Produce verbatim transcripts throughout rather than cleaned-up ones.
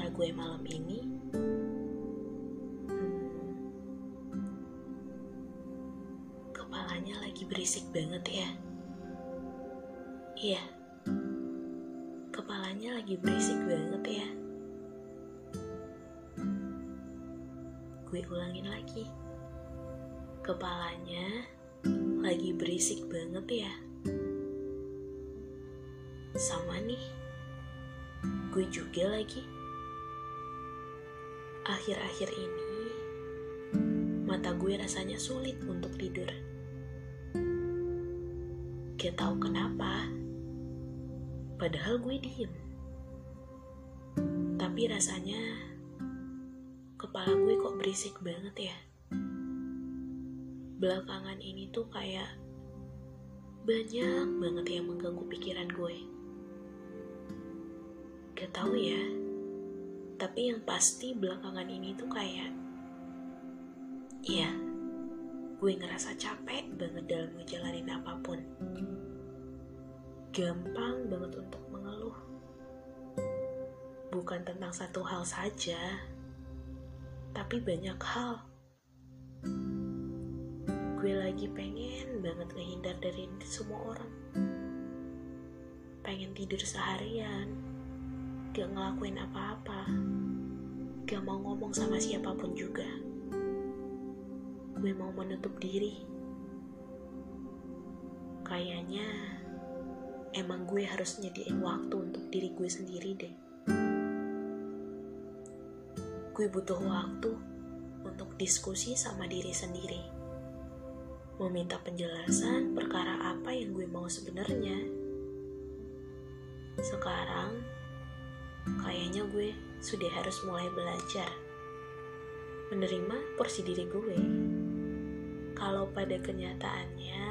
suara gue malam ini, hmm, kepalanya lagi berisik banget ya. Iya, kepalanya lagi berisik banget ya. Gue ulangin lagi, kepalanya lagi berisik banget ya. Sama nih, gue juga lagi. Akhir-akhir ini, mata gue rasanya sulit untuk tidur. Gak tahu kenapa, padahal gue diem. Tapi rasanya kepala gue kok berisik banget ya. Belakangan ini tuh kayak banyak banget yang mengganggu pikiran gue. Gak tahu ya, tapi yang pasti belakangan ini tuh kayak, iya, gue ngerasa capek banget dalam ngejalanin apapun. Gampang banget untuk mengeluh. Bukan tentang satu hal saja, tapi banyak hal. Gue lagi pengen banget ngehindar dari semua orang. Pengen tidur seharian, gak ngelakuin apa-apa, gak mau ngomong sama siapapun juga. Gue mau menutup diri. Kayaknya emang gue harus nyediain waktu untuk diri gue sendiri deh. Gue butuh waktu untuk diskusi sama diri sendiri, meminta penjelasan perkara apa yang gue mau sebenarnya. Sekarang kayaknya gue sudah harus mulai belajar menerima porsi diri gue. Kalau pada kenyataannya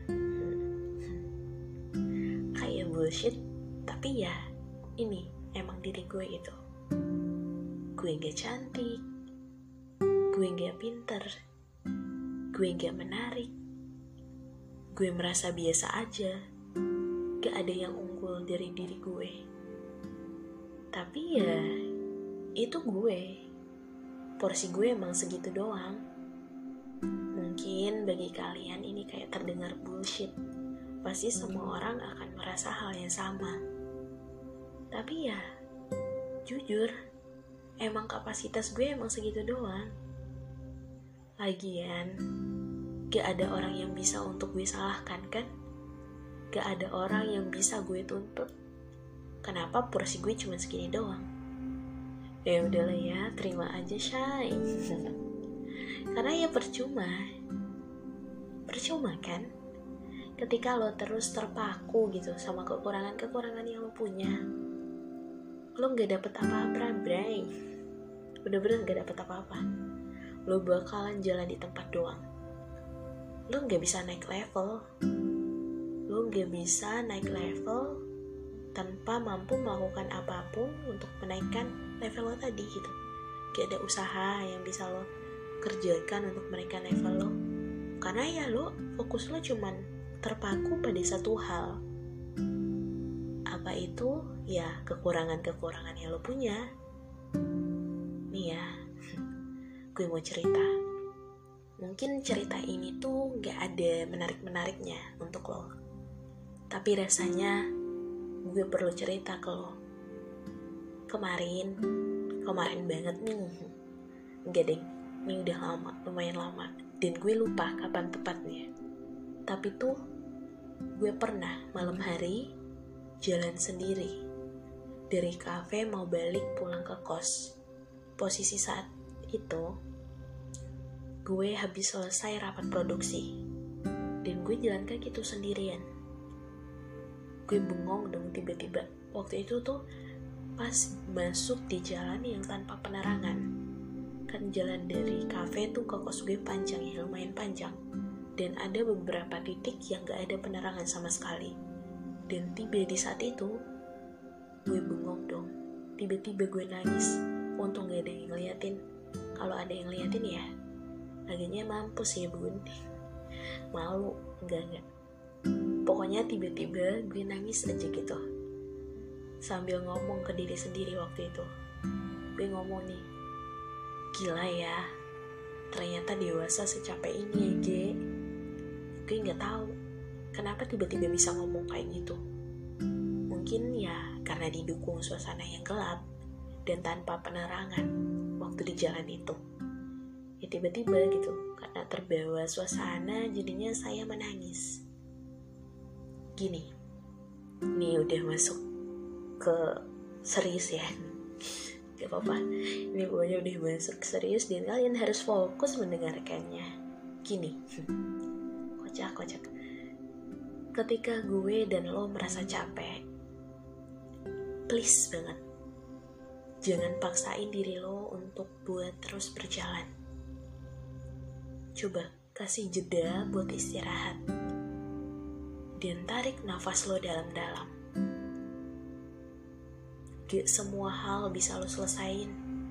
kayak bullshit, tapi ya ini emang diri gue itu. Gue gak cantik, gue gak pinter, gue gak menarik, gue merasa biasa aja. Gak ada yang unggul dari diri gue. Tapi ya itu gue. Porsi gue emang segitu doang. Mungkin bagi kalian ini kayak terdengar bullshit. Pasti semua orang akan merasa hal yang sama. Tapi ya jujur, emang kapasitas gue emang segitu doang. Lagian gak ada orang yang bisa untuk gue salahkan kan? Gak ada orang yang bisa gue tuntut. Kenapa porsi gue cuma segini doang? Ya udahlah ya, terima aja Shay. Karena ya percuma. Percuma kan? Ketika lo terus terpaku gitu sama kekurangan-kekurangan yang lo punya, lo gak dapet apa-apa, bray. Bener-bener gak dapet apa-apa. Lo bakalan jalan di tempat doang. Lo gak bisa naik level. Lo gak bisa naik level tanpa mampu melakukan apapun untuk menaikkan level lo tadi gitu. Gak ada usaha yang bisa lo kerjakan untuk menaikkan level lo. Karena ya lo, fokus lo cuman terpaku pada satu hal. Apa itu? Ya kekurangan-kekurangan yang lo punya. Nih ya, gue mau cerita. Mungkin cerita ini tuh gak ada menarik-menariknya untuk lo. Tapi rasanya gue perlu cerita ke lo. Kemarin, kemarin banget nih. Enggak deh, ini udah lama, lumayan lama. Dan gue lupa kapan tepatnya. Tapi tuh, gue pernah malam hari jalan sendiri. Dari kafe mau balik pulang ke kos. Posisi saat itu, gue habis selesai rapat produksi. Dan gue jalan kaki tuh sendirian. Gue bengong dong tiba-tiba. Waktu itu tuh pas masuk di jalan yang tanpa penerangan. Kan jalan dari kafe tuh ke kos gue panjang ya, lumayan panjang. Dan ada beberapa titik yang gak ada penerangan sama sekali. Dan tiba di saat itu, gue bengong dong. Tiba-tiba gue nangis. Untung gak ada yang ngeliatin. Kalau ada yang ngeliatin ya, agaknya mampus ya bun. Malu, enggak-enggak. Pokoknya tiba-tiba gue nangis aja gitu. Sambil ngomong ke diri sendiri waktu itu. gue ngomong nih, gila ya, ternyata dewasa secapek ini ya Ge. Gue gak tahu kenapa tiba-tiba bisa ngomong kayak gitu. Mungkin ya karena didukung suasana yang gelap dan tanpa penerangan waktu di jalan itu. Ya tiba-tiba gitu, karena terbawa suasana jadinya saya menangis. Gini, ini udah masuk ke serius ya. Gak apa-apa, ini pokoknya udah masuk serius dan kalian harus fokus mendengarkannya. Gini, kocak-kocak. Ketika gue dan lo merasa capek, please banget, jangan paksain diri lo untuk buat terus berjalan. Coba kasih jeda buat istirahat dan tarik nafas lo dalam-dalam. Gak semua hal bisa lo selesain.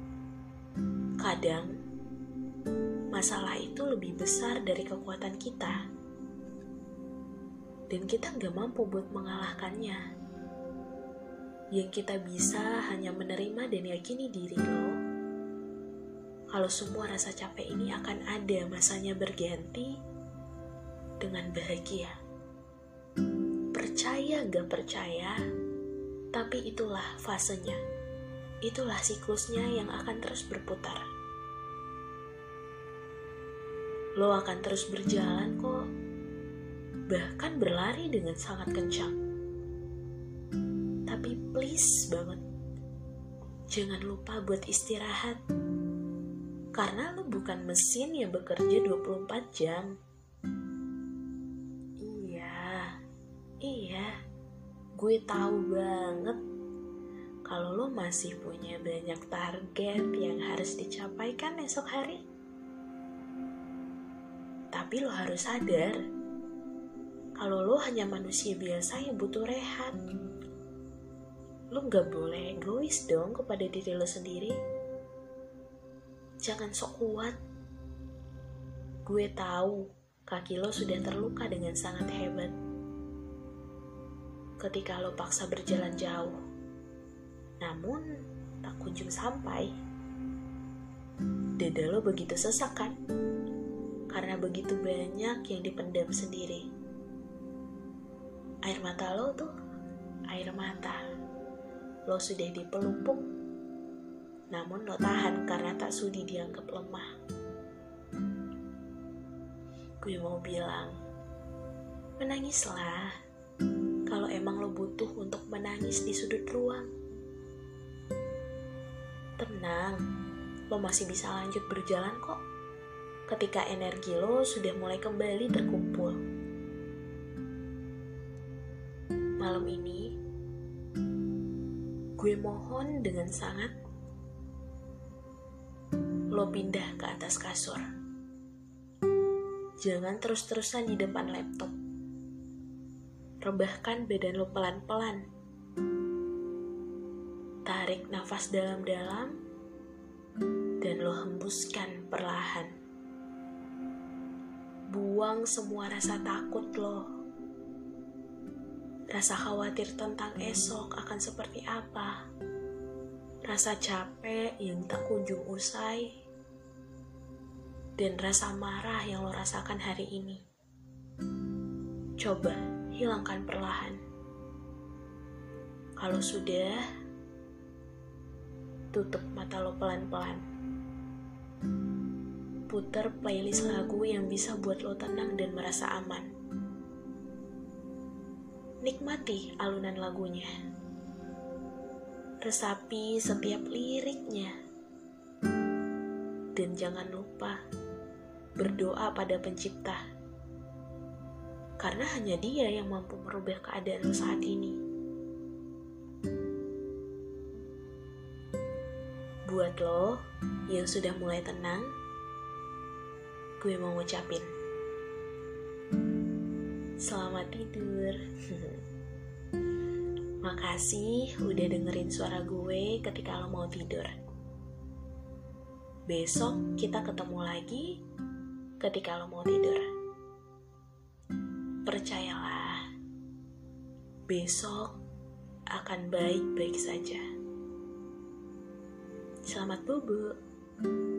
Kadang masalah itu lebih besar dari kekuatan kita dan kita gak mampu buat mengalahkannya. Yang kita bisa hanya menerima dan yakini diri lo kalau semua rasa capek ini akan ada masanya berganti dengan bahagia. Percaya gak percaya, tapi itulah fasenya. Itulah siklusnya yang akan terus berputar. Lo akan terus berjalan kok, bahkan berlari dengan sangat kencang. Tapi please banget, jangan lupa buat istirahat. Karena lo bukan mesin yang bekerja dua puluh empat jam. Iya, iya, gue tahu banget kalau lo masih punya banyak target yang harus dicapaikan esok hari. Tapi lo harus sadar kalau lo hanya manusia biasa yang butuh rehat. Lo gak boleh egois dong kepada diri lo sendiri. Jangan sok kuat. Gue tahu kaki lo sudah terluka dengan sangat hebat ketika lo paksa berjalan jauh, namun tak kunjung sampai. Dada lo begitu sesak kan? Karena begitu banyak yang dipendam sendiri. Air mata lo tuh air mata. Lo sudah dipelupuk, namun lo tahan karena tak sudi dianggap lemah. Gue mau bilang, menangislah kalau emang lo butuh untuk menangis di sudut ruang. Tenang, lo masih bisa lanjut berjalan kok ketika energi lo sudah mulai kembali terkumpul. Malam ini, gue mohon dengan sangat, lo pindah ke atas kasur. Jangan terus-terusan di depan laptop. Rebahkan badan lo pelan-pelan. Tarik nafas dalam-dalam dan lo hembuskan perlahan. Buang semua rasa takut lo. Rasa khawatir tentang esok akan seperti apa. Rasa capek yang tak kunjung usai, dan rasa marah yang lo rasakan hari ini. Coba hilangkan perlahan. Kalau sudah, tutup mata lo pelan-pelan. Putar playlist lagu yang bisa buat lo tenang dan merasa aman. Nikmati alunan lagunya. Resapi setiap liriknya. Dan jangan lupa berdoa pada pencipta. Karena hanya dia yang mampu merubah keadaan lo saat ini. Buat lo yang sudah mulai tenang, gue mau ngucapin selamat tidur. Makasih udah dengerin suara gue ketika lo mau tidur. Besok kita ketemu lagi ketika lo mau tidur. Percayalah, besok akan baik-baik saja. Selamat bubuk.